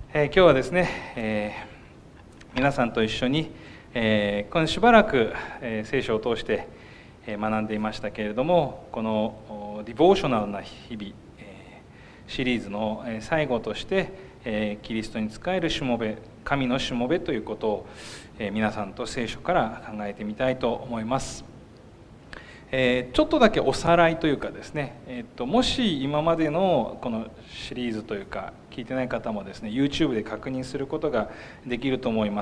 今日はですね、皆さんと一緒に、今しばらく、聖書を通して、学んでいましたけれども、このディボーショナルな日々、シリーズの最後として、キリストに仕えるしもべ、神のしもべということを、皆さんと聖書から考えてみたいと思います。ちょっとだけおさらいというかですね、もし今までのこのシリーズというか聞いてない方もですね YouTube で確認することができると思います。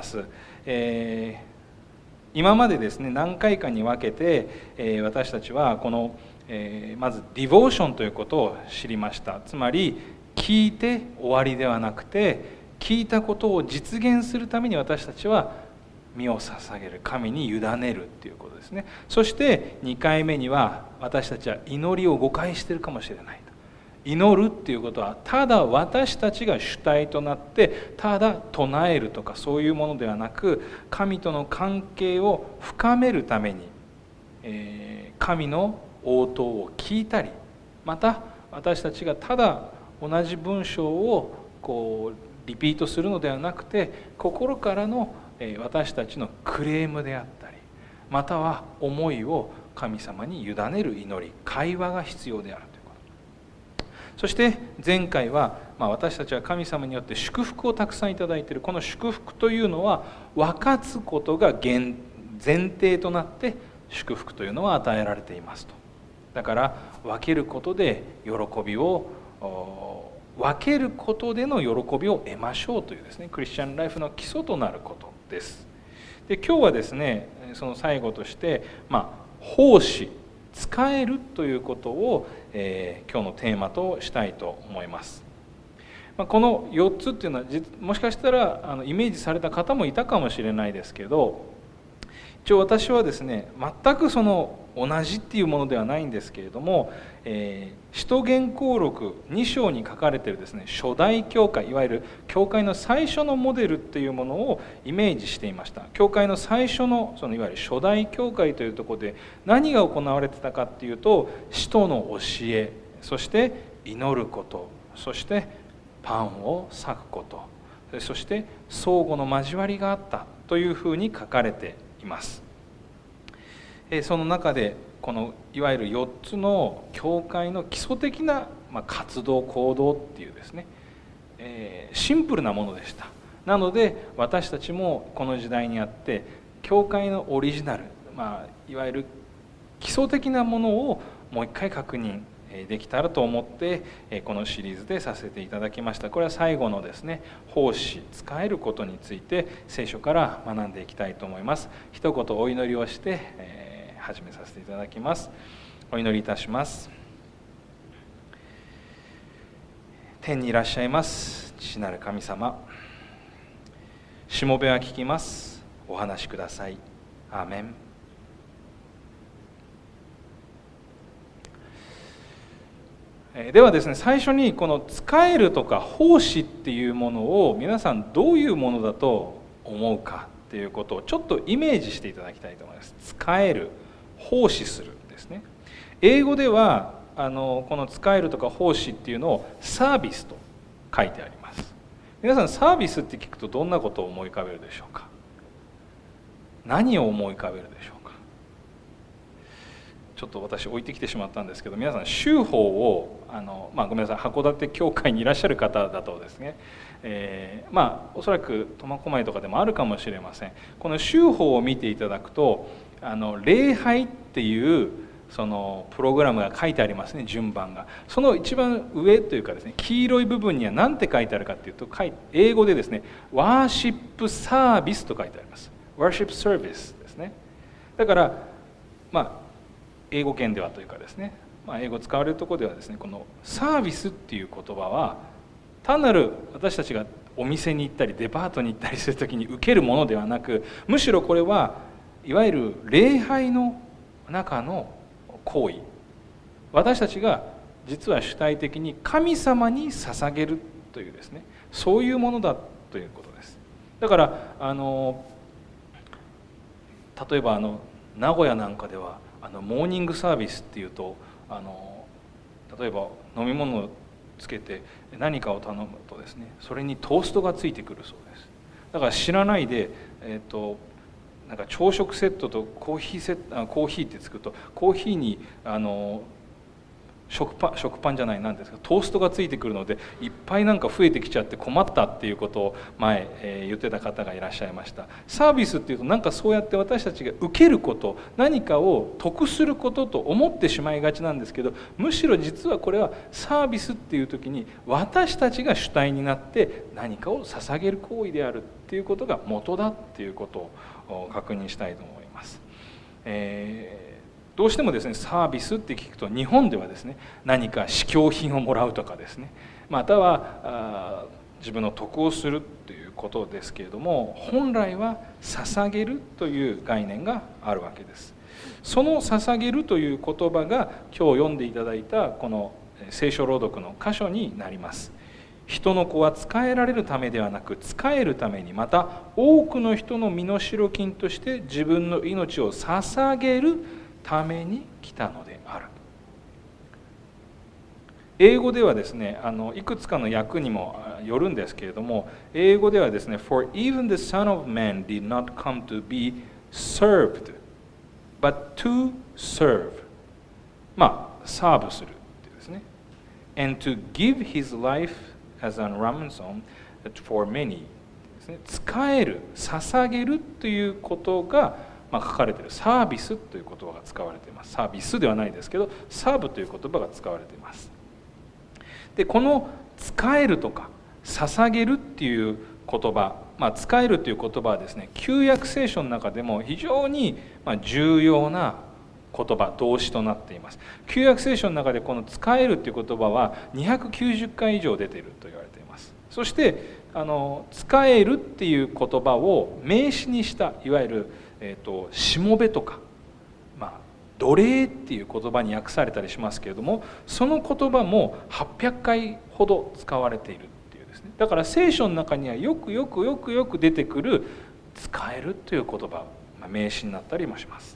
今までですね何回かに分けて、私たちはこの、まずディボーションということを知りました。つまり聞いて終わりではなくて、聞いたことを実現するために私たちは身を捧げる、神に委ねるっていうことですね。そして2回目には私たちは祈りを誤解しているかもしれないと。祈るっていうことはただ私たちが主体となってただ唱えるとかそういうものではなく、神との関係を深めるために、神の応答を聞いたり、また私たちがただ同じ文章をこうリピートするのではなくて、心からの私たちのクレームであったり、または思いを神様に委ねる祈り、会話が必要であるということ。そして前回は、私たちは神様によって祝福をたくさんいただいている。この祝福というのは分かつことが前提となって祝福というのは与えられていますと。だから分けることで喜びを分けることでの喜びを得ましょうというですね、クリスチャンライフの基礎となることです。で、今日はですね、その最後として、奉仕、仕えるということを、今日のテーマとしたいと思います。この4つっていうのはもしかしたらイメージされた方もいたかもしれないですけど、一応私はですね全くその同じっていうものではないんですけれども、使徒言行録2章に書かれているですね初代教会、いわゆる教会の最初のモデルっていうものをイメージしていました。教会の最初のそのいわゆる初代教会というところで何が行われてたかっていうと、使徒の教え、そして祈ること、そしてパンを裂くこと、そして相互の交わりがあったというふうに書かれています。その中でこのいわゆる4つの教会の基礎的な活動行動っていうですね、シンプルなものでした。なので私たちもこの時代にあって教会のオリジナル、いわゆる基礎的なものをもう一回確認できたらと思ってこのシリーズでさせていただきました。これは最後のですね奉仕、仕えることについて聖書から学んでいきたいと思います。一言お祈りをして始めさせていただきます。お祈りいたします。天にいらっしゃいます父なる神様、しもべは聞きます。お話しください。アーメン。ではですね、最初にこの仕えるとか奉仕っていうものを皆さんどういうものだと思うかっていうことをちょっとイメージしていただきたいと思います。仕える、奉仕するですね。英語ではこの仕えるとか奉仕っていうのをサービスと書いてあります。皆さんサービスって聞くとどんなことを思い浮かべるでしょうか。何を思い浮かべるでしょうか。ちょっと私置いてきてしまったんですけど、皆さん宗法をごめんなさい、函館教会にいらっしゃる方だとですね、おそらく苫小牧とかでもあるかもしれません。この宗法を見ていただくと礼拝っていうそのプログラムが書いてありますね、順番が。その一番上というかですね、黄色い部分には何て書いてあるかっていうと、英語でですねワーシップサービスと書いてあります。ワーシップサービスですね。だから英語圏ではというかですね、英語使われるところではですね、このサービスっていう言葉は単なる私たちがお店に行ったりデパートに行ったりするときに受けるものではなく、むしろこれはいわゆる礼拝の中の行為、私たちが実は主体的に神様に捧げるというですね、そういうものだということです。だから例えば名古屋なんかではモーニングサービスっていうと例えば飲み物つけて何かを頼むとですね、それにトーストがついてくるそうです。だから知らないで、なんか朝食セットとコーヒーってつくと、コーヒーに食パンじゃないなんですか、トーストがついてくるのでいっぱいなんか増えてきちゃって困ったっていうことを前、言ってた方がいらっしゃいました。サービスっていうとなんかそうやって私たちが受けること、何かを得することと思ってしまいがちなんですけど、むしろ実はこれはサービスっていう時に私たちが主体になって何かを捧げる行為であるっていうことが元だっていうことを確認したいと思います。どうしてもですね、サービスって聞くと日本ではですね、何か試供品をもらうとかですね、または自分の得をするということですけれども、本来は捧げるという概念があるわけです。その捧げるという言葉が今日読んでいただいたこの聖書朗読の箇所になります。人の子は仕えられるためではなく仕えるために、また多くの人の身代金として自分の命を捧げるために来たのである。英語ではですね、いくつかの訳にもよるんですけれども、英語ではですね、For even the Son of Man did not come to be served, but to serve。サーブするってですね。And to give his life as an ransom for many。仕える、捧げるということが書かれている。サービスという言葉が使われています。サービスではないですけど、サーブという言葉が使われています。で、この使えるとか捧げるっていう言葉、使えるという言葉はですね、旧約聖書の中でも非常に重要な言葉、動詞となっています。旧約聖書の中でこの使えるという言葉は290回以上出ていると言われています。そして使えるっていう言葉を名詞にした、いわゆるしもべとか、奴隷っていう言葉に訳されたりしますけれども、その言葉も800回ほど使われているっていうですね。だから聖書の中にはよく出てくる使えるという言葉、名詞になったりもします。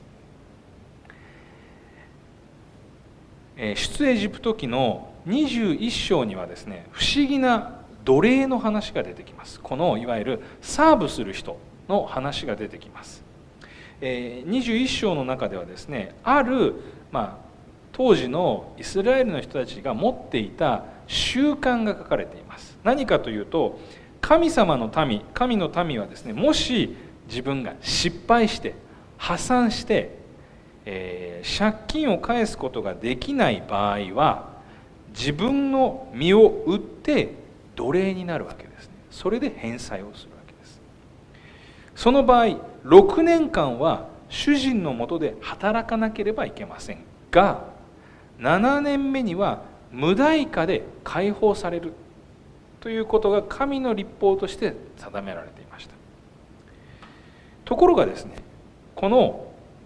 出エジプト記の21章にはですね、不思議な奴隷の話が出てきます。このいわゆるサーブする人の話が出てきます。21章の中ではですね、ある、当時のイスラエルの人たちが持っていた習慣が書かれています。何かというと、神様の民、神の民はですね、もし自分が失敗して破産して、借金を返すことができない場合は、自分の身を売って奴隷になるわけですね。それで返済をするわけです。その場合6年間は主人の下で働かなければいけませんが、7年目には無代価で解放されるということが神の律法として定められていました。ところがですね、この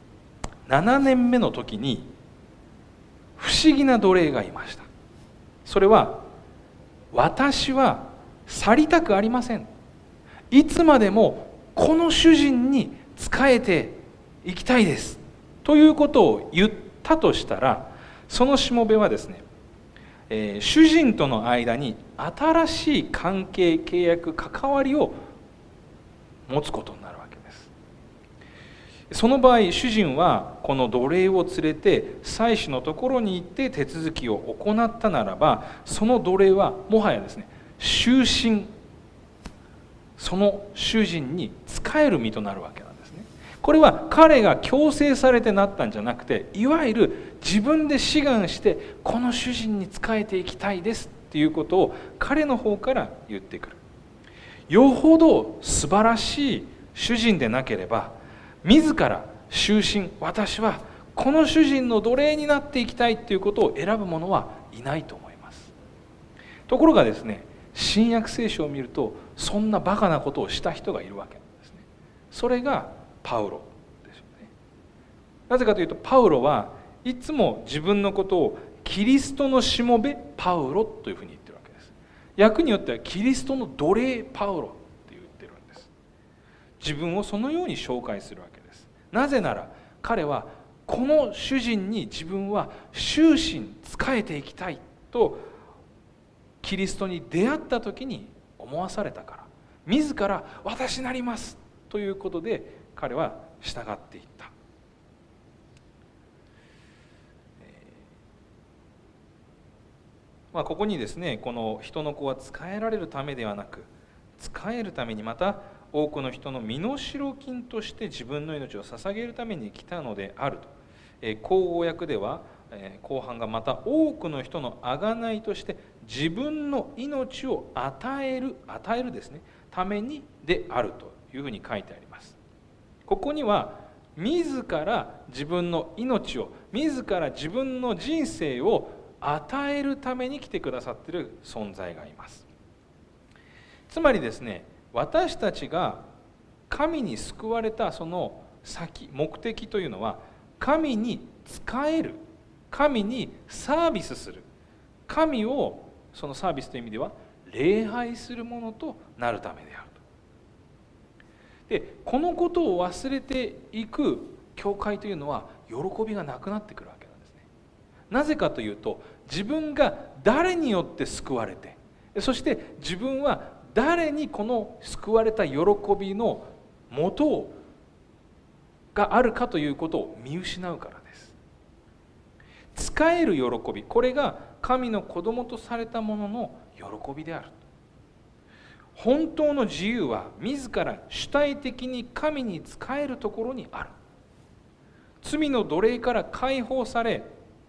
7年目の時に不思議な奴隷がいました。それは、私は去りたくありません、いつまでもこの主人に仕えていきたいですということを言ったとしたら、そのしもべはですね、主人との間に新しい関係、契約、関わりを持つことになるわけです。その場合、主人はこの奴隷を連れて祭司のところに行って手続きを行ったならば、その奴隷はもはやですね、終身その主人に仕える身となるわけなんですね。これは彼が強制されてなったんじゃなくて、いわゆる自分で志願してこの主人に仕えていきたいですっていうことを彼の方から言ってくる。よほど素晴らしい主人でなければ、自ら終身、私はこの主人の奴隷になっていきたいっていうことを選ぶ者はいないと思います。ところがですね、新約聖書を見るとそんなバカなことをした人がいるわけなんですね。それがパウロですよね。なぜかというと、パウロはいつも自分のことをキリストのしもべパウロというふうに言ってるわけです。訳によってはキリストの奴隷パウロって言ってるんです。自分をそのように紹介するわけです。なぜなら彼はこの主人に自分は終身仕えていきたいとキリストに出会った時に思わされたから、自ら私なりますということで彼は従っていった。ここにですね、この人の子は仕えられるためではなく、仕えるために、また多くの人の身代金として自分の命を捧げるために来たのであると。口語訳では後半が、また多くの人の贖いとして自分の命を与えるですね、ためにであるというふうに書いてあります。ここには自ら自分の命を、自ら自分の人生を与えるために来てくださっている存在がいます。つまりですね、私たちが神に救われたその先、目的というのは、神に仕える、神にサービスする、神をそのサービスという意味では礼拝するものとなるためであると。で、このことを忘れていく教会というのは喜びがなくなってくるわけなんですね。なぜかというと、自分が誰によって救われて、そして自分は誰にこの救われた喜びの元があるかということを見失うからです。仕える喜び、これが神の子供とされた者の喜びである。本当の自由は自ら主体的に神に仕えるところにある。罪の奴隷から解放され、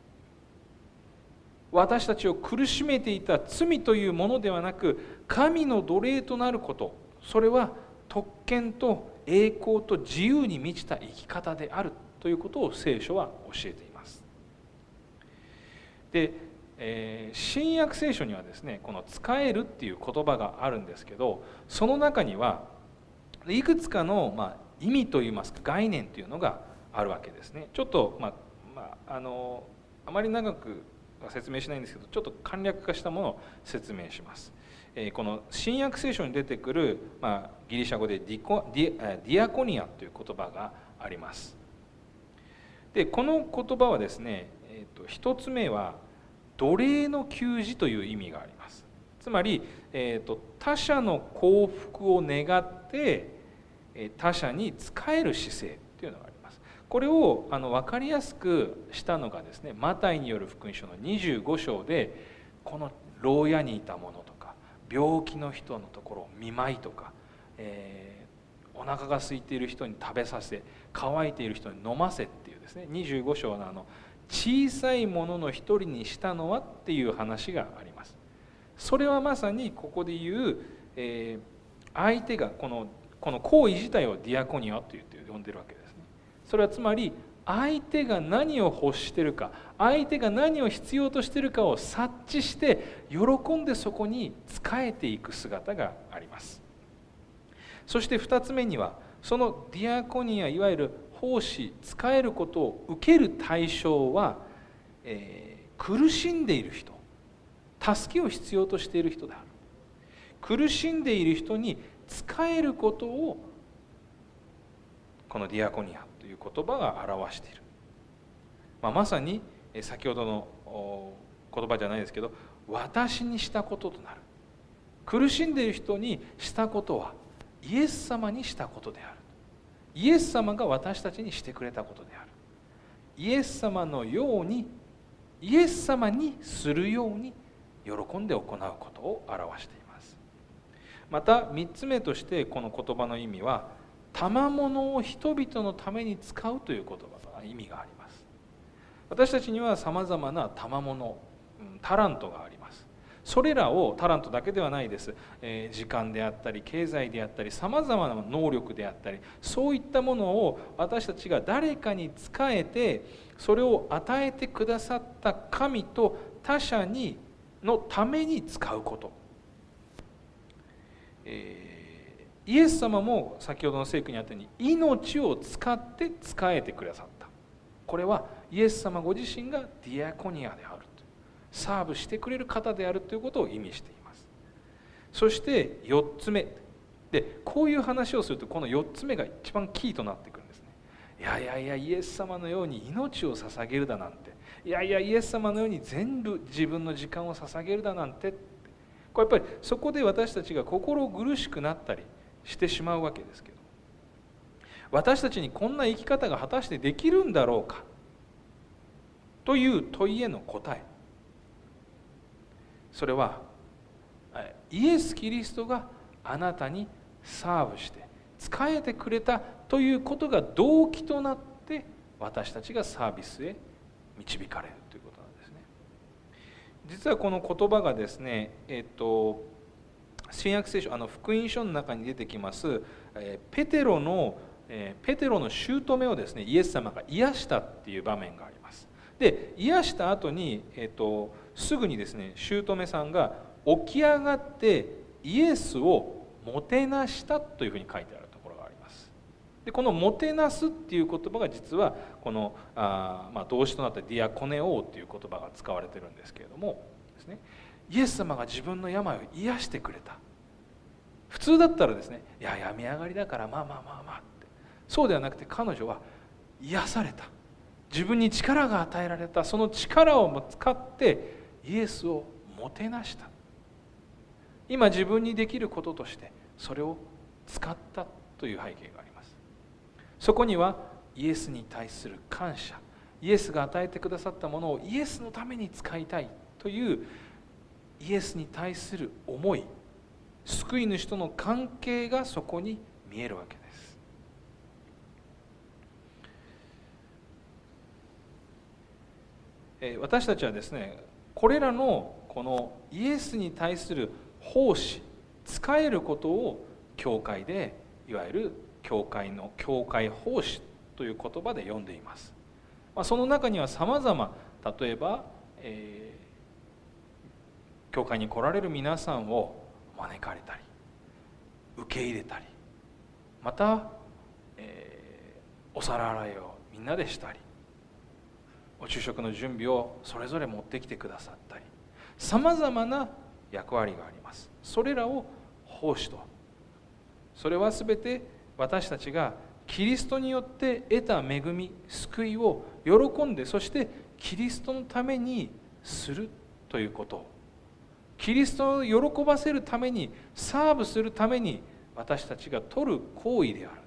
私たちを苦しめていた罪というものではなく、神の奴隷となること、それは特権と栄光と自由に満ちた生き方であるということを聖書は教えています。で、新約聖書にはですね、この仕えるっていう言葉があるんですけど、その中にはいくつかの、意味といいますか概念というのがあるわけですね。ちょっと、あまり長く説明しないんですけど、ちょっと簡略化したものを説明します。この新約聖書に出てくる、ギリシャ語でディアコニアという言葉があります。で、この言葉はですね、一つ目は奴隷の給仕という意味があります。つまり、他者の幸福を願って他者に仕える姿勢というのがあります。これを分かりやすくしたのがですね、マタイによる福音書の25章で、この牢屋にいた者とか病気の人のところを見舞いとか、お腹が空いている人に食べさせ、乾いている人に飲ませっていうですね、25章の小さいものの一人にしたのはっていう話があります。それはまさにここで言う、相手がこの行為自体をディアコニアと言って呼んでるわけですね。それはつまり相手が何を欲しているか、相手が何を必要としているかを察知して喜んでそこに仕えていく姿があります。そして2つ目には、そのディアコニア、いわゆる奉仕、仕えることを受ける対象は、苦しんでいる人、助けを必要としている人である。苦しんでいる人に仕えることをこのディアコニアという言葉が表している。まさに先ほどの言葉じゃないですけど、私にしたこととなる。苦しんでいる人にしたことはイエス様にしたことである。イエス様が私たちにしてくれたことである。イエス様のように、イエス様にするように喜んで行うことを表しています。また3つ目として、この言葉の意味は、賜物を人々のために使うという言葉の意味があります。私たちにはさまざまな賜物、タラントがあります。それらを、タラントだけではないです、時間であったり経済であったりさまざまな能力であったり、そういったものを私たちが誰かに仕えて、それを与えてくださった神と他者のために使うこと、イエス様も先ほどの聖句にあったように命を使って仕えてくださった。これはイエス様ご自身がディアコニアである、サーブしてくれる方であるということを意味しています。そして4つ目で、こういう話をするとこの4つ目が一番キーとなってくるんですね。いやイエス様のように命を捧げるだなんて、イエス様のように全部自分の時間を捧げるだなんて、 これやっぱりそこで私たちが心苦しくなったりしてしまうわけですけど、私たちにこんな生き方が果たしてできるんだろうかという問いへの答え、それはイエス・キリストがあなたにサーブして仕えてくれたということが動機となって私たちがサービスへ導かれるということなんですね。実はこの言葉がですね、新約聖書福音書の中に出てきますペテロの姑をですねイエス様が癒したっていう場面があります。で癒した後に、すぐにですね姑さんが起き上がってイエスをもてなしたというふうに書いてあるところがあります。でこのもてなすっていう言葉が実はこの動詞となったディアコネオーっていう言葉が使われてるんですけれどもですね、イエス様が自分の病を癒してくれた。普通だったらですね、いや病み上がりだからまあって、そうではなくて彼女は癒された、自分に力が与えられた、その力を使ってイエスをもてなした。今自分にできることとしてそれを使ったという背景があります。そこにはイエスに対する感謝、イエスが与えてくださったものをイエスのために使いたいというイエスに対する思い、救い主との関係がそこに見えるわけです。私たちはですね、これらのこのイエスに対する奉仕、仕えることを教会でいわゆる教会奉仕という言葉で読んでいます。その中には様々、例えば、教会に来られる皆さんを招かれたり受け入れたり、また、お皿洗いをみんなでしたり、お昼食の準備をそれぞれ持ってきてくださったり、さまざまな役割があります。それらを奉仕と、それは全て私たちがキリストによって得た恵み、救いを喜んで、そしてキリストのためにするということ、キリストを喜ばせるために、サーブするために私たちが取る行為であ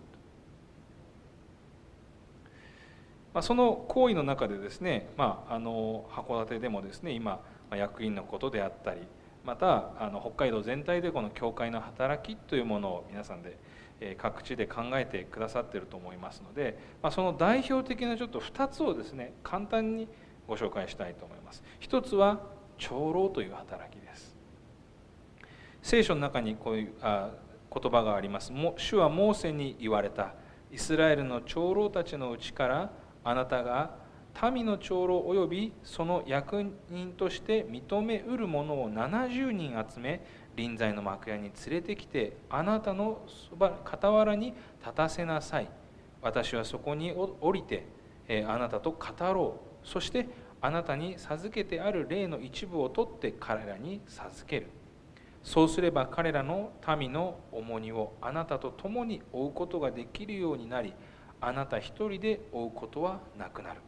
る。その行為の中でですね、函館でもですね今役員のことであったり、また北海道全体でこの教会の働きというものを皆さんで各地で考えてくださっていると思いますので、その代表的なちょっと2つをですね簡単にご紹介したいと思います。一つは長老という働きです。聖書の中にこういう言葉があります。主はモーセに言われた。イスラエルの長老たちのうちからあなたが民の長老およびその役人として認めうる者を70人集め、臨在の幕屋に連れてきてあなたの傍らに立たせなさい。私はそこに降りてあなたと語ろう。そしてあなたに授けてある霊の一部を取って彼らに授ける。そうすれば彼らの民の重荷をあなたと共に負うことができるようになり、あなた一人で負うことはなくなる。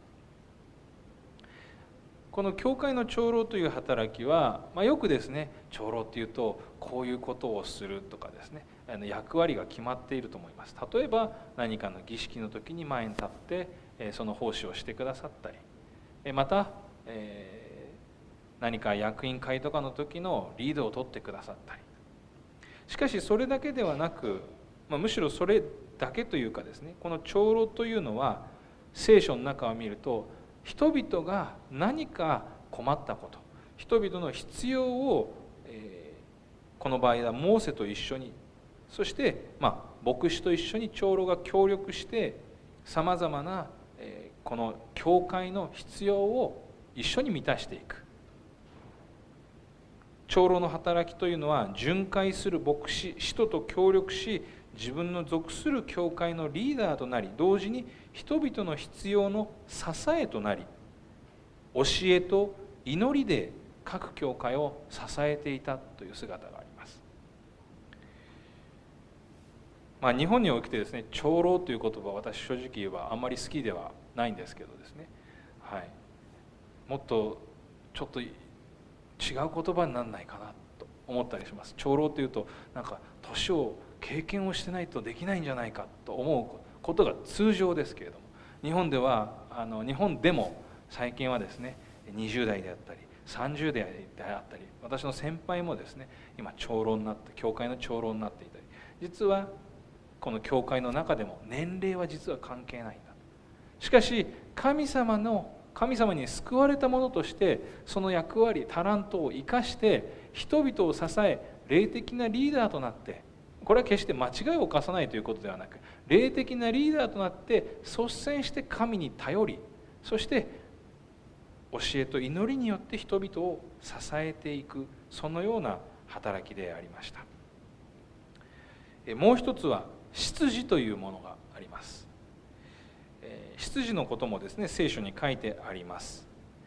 この教会の長老という働きは、よくですね長老っていうとこういうことをするとかですね、役割が決まっていると思います。例えば何かの儀式の時に前に立ってその奉仕をしてくださったり、また何か役員会とかの時のリードを取ってくださったり。しかしそれだけではなく、むしろそれだけというかですね、この長老というのは聖書の中を見ると、人々が何か困ったこと、人々の必要を、この場合はモーセと一緒に、そして、牧師と一緒に長老が協力してさまざまな、この教会の必要を一緒に満たしていく。長老の働きというのは、巡回する牧師、使徒と協力し、自分の属する教会のリーダーとなり、同時に人々の必要の支えとなり、教えと祈りで各教会を支えていたという姿があります。日本においてですね、長老という言葉は私正直言えばあんまり好きではないんですけどですね、もっとちょっと違う言葉にならないかなと思ったりします。長老というとなんか年を経験をしてないとできないんじゃないかと思うことが通常ですけれども、日本でも最近はですね、20代であったり30代であったり、私の先輩もですね今長老になって、教会の長老になっていたり、実はこの教会の中でも年齢は実は関係ないんだ。しかし神様に救われた者として、その役割タラントを生かして人々を支え、霊的なリーダーとなって、これは決して間違いを犯さないということではなく、霊的なリーダーとなって率先して神に頼り、そして教えと祈りによって人々を支えていく、そのような働きでありました。もう一つは執事というものがあります。執事のこともですね、聖書に書いてあります。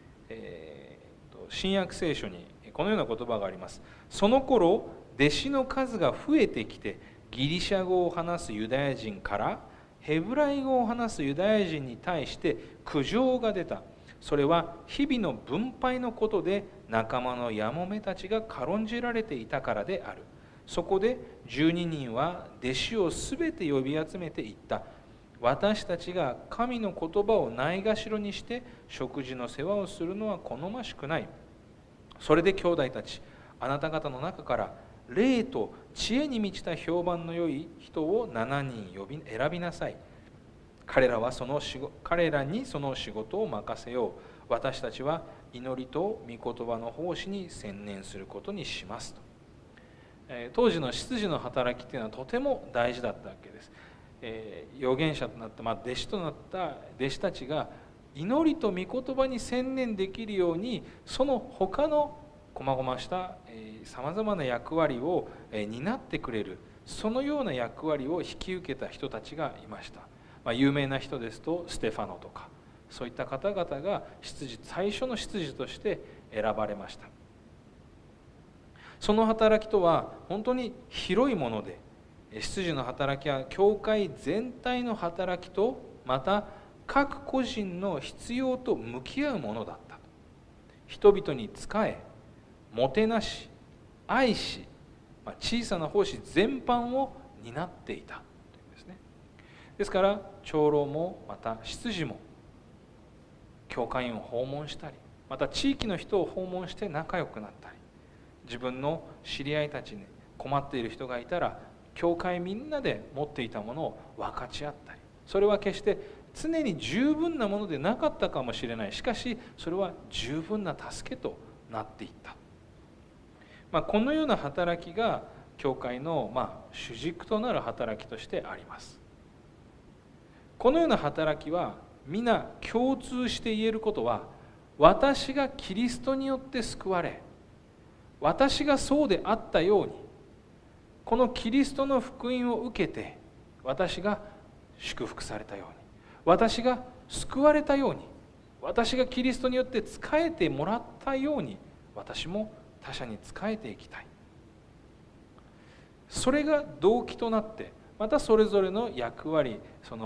新約聖書にこのような言葉があります。その頃弟子の数が増えてきて、ギリシャ語を話すユダヤ人からヘブライ語を話すユダヤ人に対して苦情が出た。それは日々の分配のことで仲間のやもめたちが軽んじられていたからである。そこで12人は弟子をすべて呼び集めていった。私たちが神の言葉をないがしろにして食事の世話をするのは好ましくない。それで兄弟たち、あなた方の中から霊と知恵に満ちた評判の良い人を7人選びなさい。彼らにその仕事を任せよう。私たちは祈りと御言葉の奉仕に専念することにしますと。当時の執事の働きというのはとても大事だったわけです。預言者となった、弟子となった弟子たちが祈りと御言葉に専念できるように、その他の細々したさまざまな役割を担ってくれる、そのような役割を引き受けた人たちがいました。有名な人ですとステファノとか、そういった方々が最初の執事として選ばれました。その働きとは本当に広いもので、執事の働きは教会全体の働きと、また各個人の必要と向き合うものだった。人々に仕え、もてなし、愛し、小さな奉仕全般を担っていたというんですね。ですから長老もまた執事も教会員を訪問したり、また地域の人を訪問して仲良くなったり、自分の知り合いたちに困っている人がいたら教会みんなで持っていたものを分かち合ったり、それは決して常に十分なものでなかったかもしれない。しかしそれは十分な助けとなっていった。このような働きが教会の主軸となる働きとしてあります。このような働きは皆共通して言えることは、私がキリストによって救われ、私がそうであったように、このキリストの福音を受けて私が祝福されたように、私が救われたように、私がキリストによって仕えてもらったように、私も他者に仕えていきたい。それが動機となって、またそれぞれの役割、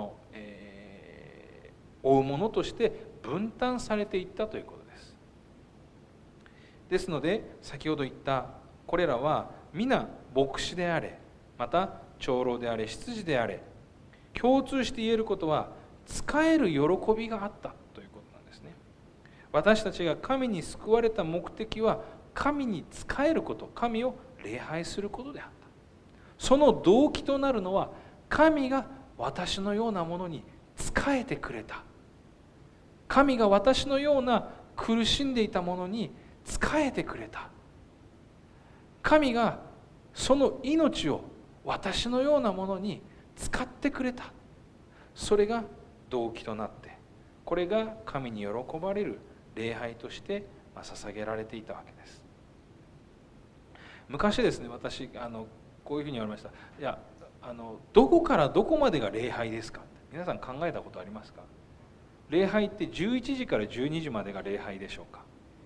負うものとして分担されていったということです。ですので先ほど言ったこれらは皆牧師であれ、また長老であれ、執事であれ、共通して言えることは、仕える喜びがあったということなんですね。私たちが神に救われた目的は、神に仕えること、神を礼拝することであった。その動機となるのは、神が私のようなものに仕えてくれた。神が私のような苦しんでいたものに仕えてくれた。神がその命を私のようなものに使ってくれた。それが動機となって、これが神に喜ばれる礼拝として捧げられていたわけです。昔ですね、私こういうふうに言われました。いや、どこからどこまでが礼拝ですか？皆さん考えたことありますか？礼拝って11時から12時までが礼拝でしょうか？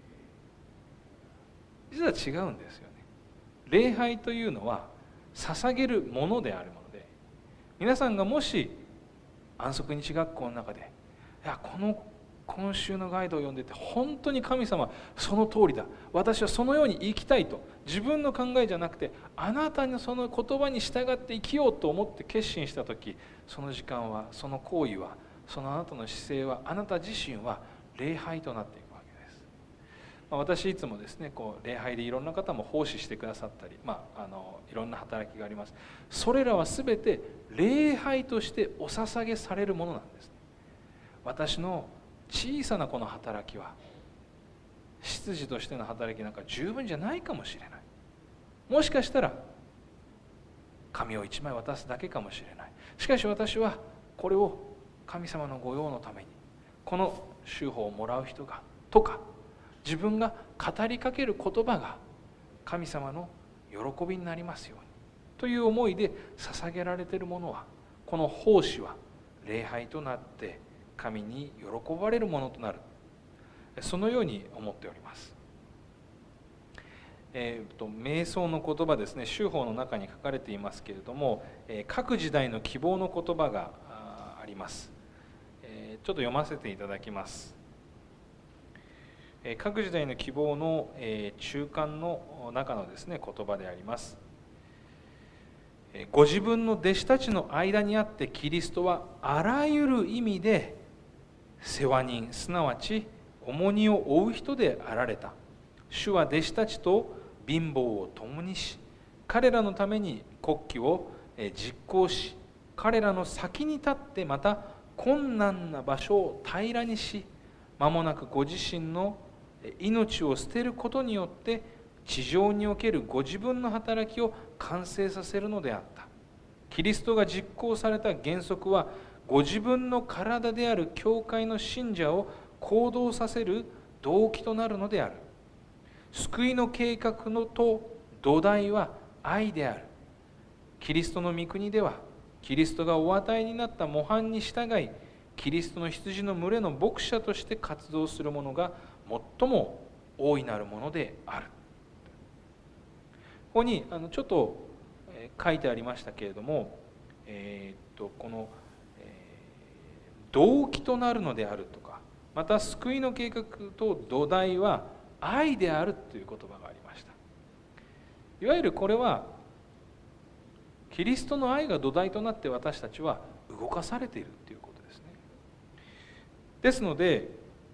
実は違うんですよね。礼拝というのは捧げるものであるもので、皆さんがもし安息日学校の中で、いや、この今週のガイドを読んでて本当に神様その通りだ、私はそのように生きたいと、自分の考えじゃなくてあなたのその言葉に従って生きようと思って決心した時、その時間は、その行為は、そのあなたの姿勢は、あなた自身は礼拝となっていくわけです。私いつもですね、礼拝でいろんな方も奉仕してくださったり、いろんな働きがあります。それらは全て礼拝としてお捧げされるものなんです。私の小さなこの働きは執事としての働きなんか十分じゃないかもしれない。もしかしたら紙を1枚渡すだけかもしれない。しかし私はこれを神様の御用のために、この修法をもらう人がとか、自分が語りかける言葉が神様の喜びになりますようにという思いで捧げられているものは、この奉仕は礼拝となって神に喜ばれるものとなる、そのように思っております。瞑想の言葉ですね、修法の中に書かれていますけれども、各時代の希望の言葉があります。ちょっと読ませていただきます。各時代の希望の中間の中のですね、言葉であります。ご自分の弟子たちの間にあってキリストはあらゆる意味で世話人、すなわち重荷を負う人であられた。主は弟子たちと貧乏を共にし、彼らのために国旗を実行し、彼らの先に立ってまた困難な場所を平らにし、間もなくご自身の命を捨てることによって地上におけるご自分の働きを完成させるのであった。キリストが実行された原則は、ご自分の体である教会の信者を行動させる動機となるのである。救いの計画のと土台は愛である。キリストの御国では、キリストがお与えになった模範に従い、キリストの羊の群れの牧者として活動する者が最も大いなるものである。ここにちょっと書いてありましたけれども、この動機となるのであるとか、また救いの計画と土台は愛であるという言葉がありました。いわゆるこれはキリストの愛が土台となって私たちは動かされているということですね。ですので、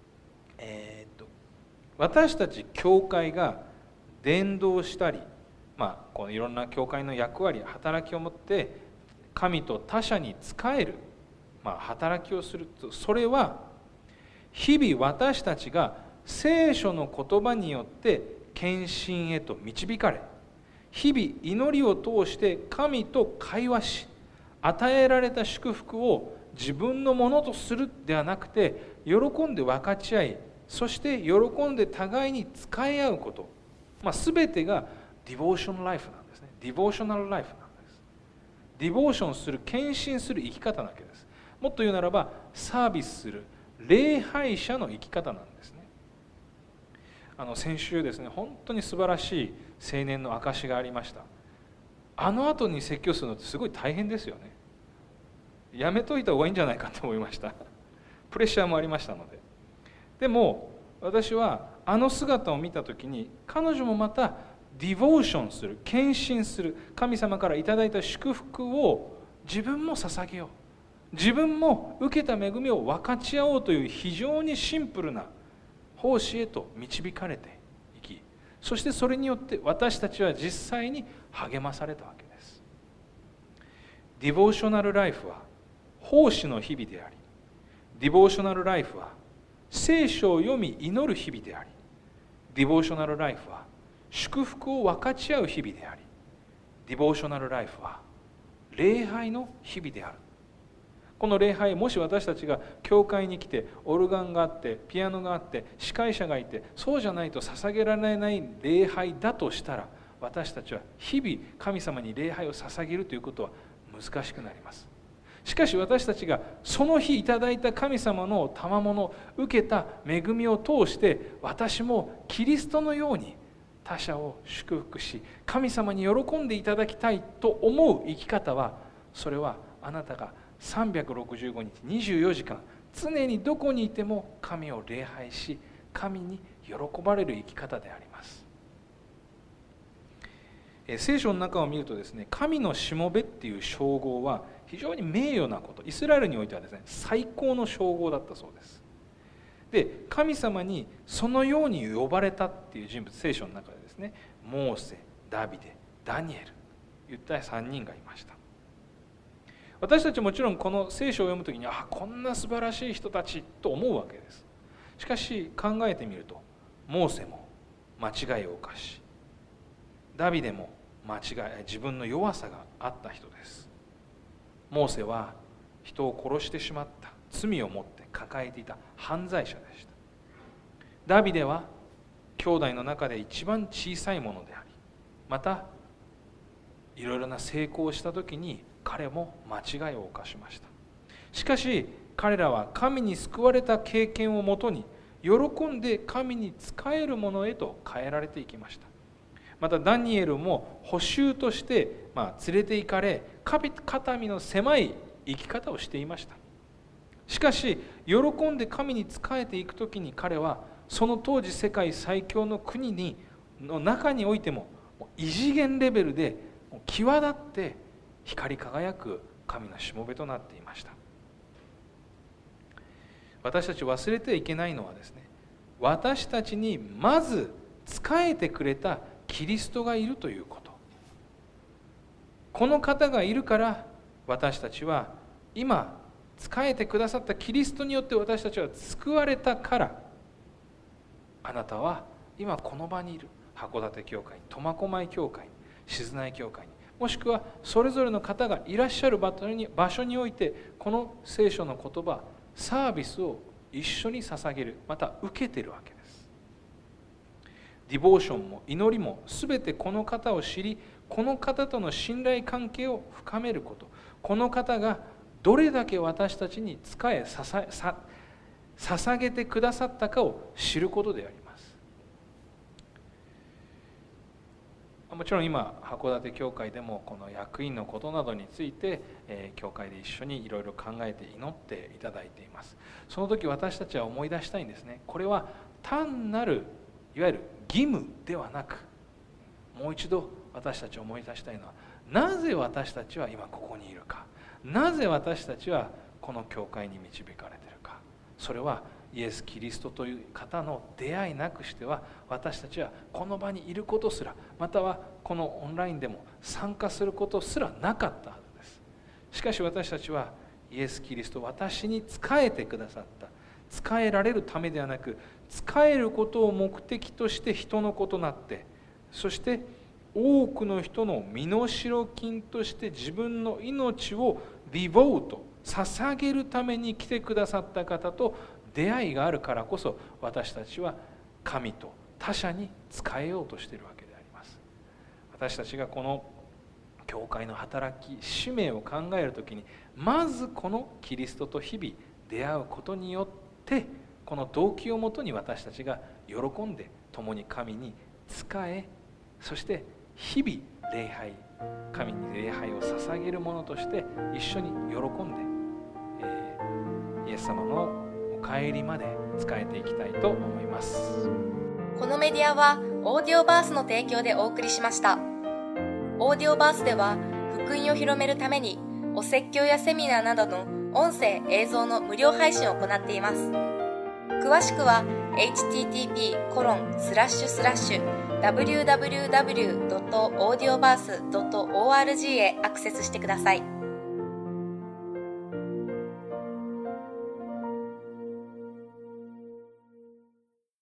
私たち教会が伝道したり、このいろんな教会の役割、働きを持って神と他者に仕える、働きをすると、それは日々私たちが聖書の言葉によって献身へと導かれ、日々祈りを通して神と会話し、与えられた祝福を自分のものとするではなくて、喜んで分かち合い、そして喜んで互いに使い合うこと、全てがディボーションライフなんですね。ディボーショナルライフなんです。ディボーションする、献身する生き方なわけです。もっと言うならば、サービスする礼拝者の生き方なんですね。先週ですね、本当に素晴らしい青年の証がありました。あの後に説教するのってすごい大変ですよね。やめといた方がいいんじゃないかと思いました。プレッシャーもありましたので。でも私はあの姿を見た時に、彼女もまたディボーションする、献身する、神様からいただいた祝福を自分も捧げよう、自分も受けた恵みを分かち合おうという非常にシンプルな奉仕へと導かれていき、そしてそれによって私たちは実際に励まされたわけです。ディボーショナルライフは奉仕の日々であり、ディボーショナルライフは聖書を読み祈る日々であり、ディボーショナルライフは祝福を分かち合う日々であり、ディボーショナルライフは礼拝の日々である。この礼拝、もし私たちが教会に来てオルガンがあってピアノがあって司会者がいて、そうじゃないと捧げられない礼拝だとしたら、私たちは日々神様に礼拝を捧げるということは難しくなります。しかし私たちがその日いただいた神様の賜物、受けた恵みを通して、私もキリストのように他者を祝福し、神様に喜んでいただきたいと思う生き方は、それはあなたが365日24時間常にどこにいても神を礼拝し、神に喜ばれる生き方であります。聖書の中を見るとですね、神のしもべっていう称号は非常に名誉なこと、イスラエルにおいてはですね、最高の称号だったそうです。で、神様にそのように呼ばれたっていう人物、聖書の中でですね、モーセ、ダビデ、ダニエルといった3人がいました。私たちもちろんこの聖書を読むときに、こんな素晴らしい人たちと思うわけです。しかし考えてみると、モーセも間違いを犯し、ダビデも自分の弱さがあった人です。モーセは人を殺してしまった、罪を持って抱えていた犯罪者でした。ダビデは兄弟の中で一番小さいものであり、またいろいろな成功をした時に彼も間違いを犯しました。しかし彼らは神に救われた経験をもとに、喜んで神に仕えるものへと変えられていきました。またダニエルも捕囚として連れて行かれ、肩身の狭い生き方をしていました。しかし喜んで神に仕えていくときに、彼はその当時世界最強の国の中においても異次元レベルで際立って光り輝く神のしもべとなっていました。私たち忘れてはいけないのはですね、私たちにまず仕えてくれたキリストがいるということ。この方がいるから私たちは今仕えてくださったキリストによって私たちは救われたから、あなたは今この場にいる函館教会、苫小牧教会、静内教会に、もしくはそれぞれの方がいらっしゃる場所において、この聖書の言葉、サービスを一緒に捧げる、また受けているわけです。ディボーションも祈りも全てこの方を知り、この方との信頼関係を深めること、この方がどれだけ私たちに仕え捧げてくださったかを知ることであります。もちろん今函館教会でもこの役員のことなどについて、教会で一緒にいろいろ考えて祈っていただいています。その時私たちは思い出したいんですね。これは単なるいわゆる義務ではなく、もう一度私たち思い出したいのは、なぜ私たちは今ここにいるか、なぜ私たちはこの教会に導かれているか。それはイエス・キリストという方の出会いなくしては、私たちはこの場にいることすら、またはこのオンラインでも参加することすらなかったはずです。しかし私たちはイエス・キリスト、私に仕えてくださった、仕えられるためではなく、仕えることを目的として人の子となって、そして多くの人の身代金として自分の命をリボート、捧げるために来てくださった方と出会いがあるからこそ、私たちは神と他者に仕えようとしているわけであります。私たちがこの教会の働き、使命を考えるときに、まずこのキリストと日々出会うことによって、この動機をもとに私たちが喜んで共に神に仕え、そして日々礼拝、神に礼拝を捧げるものとして一緒に喜んで、イエス様のお帰りまで仕えていきたいと思います。 このメディアはオーディオバースの提供でお送りしました。オーディオバースでは福音を広めるためにお説教やセミナーなどの音声映像の無料配信を行っています。詳しくは http://www.audioverse.org へアクセスしてください。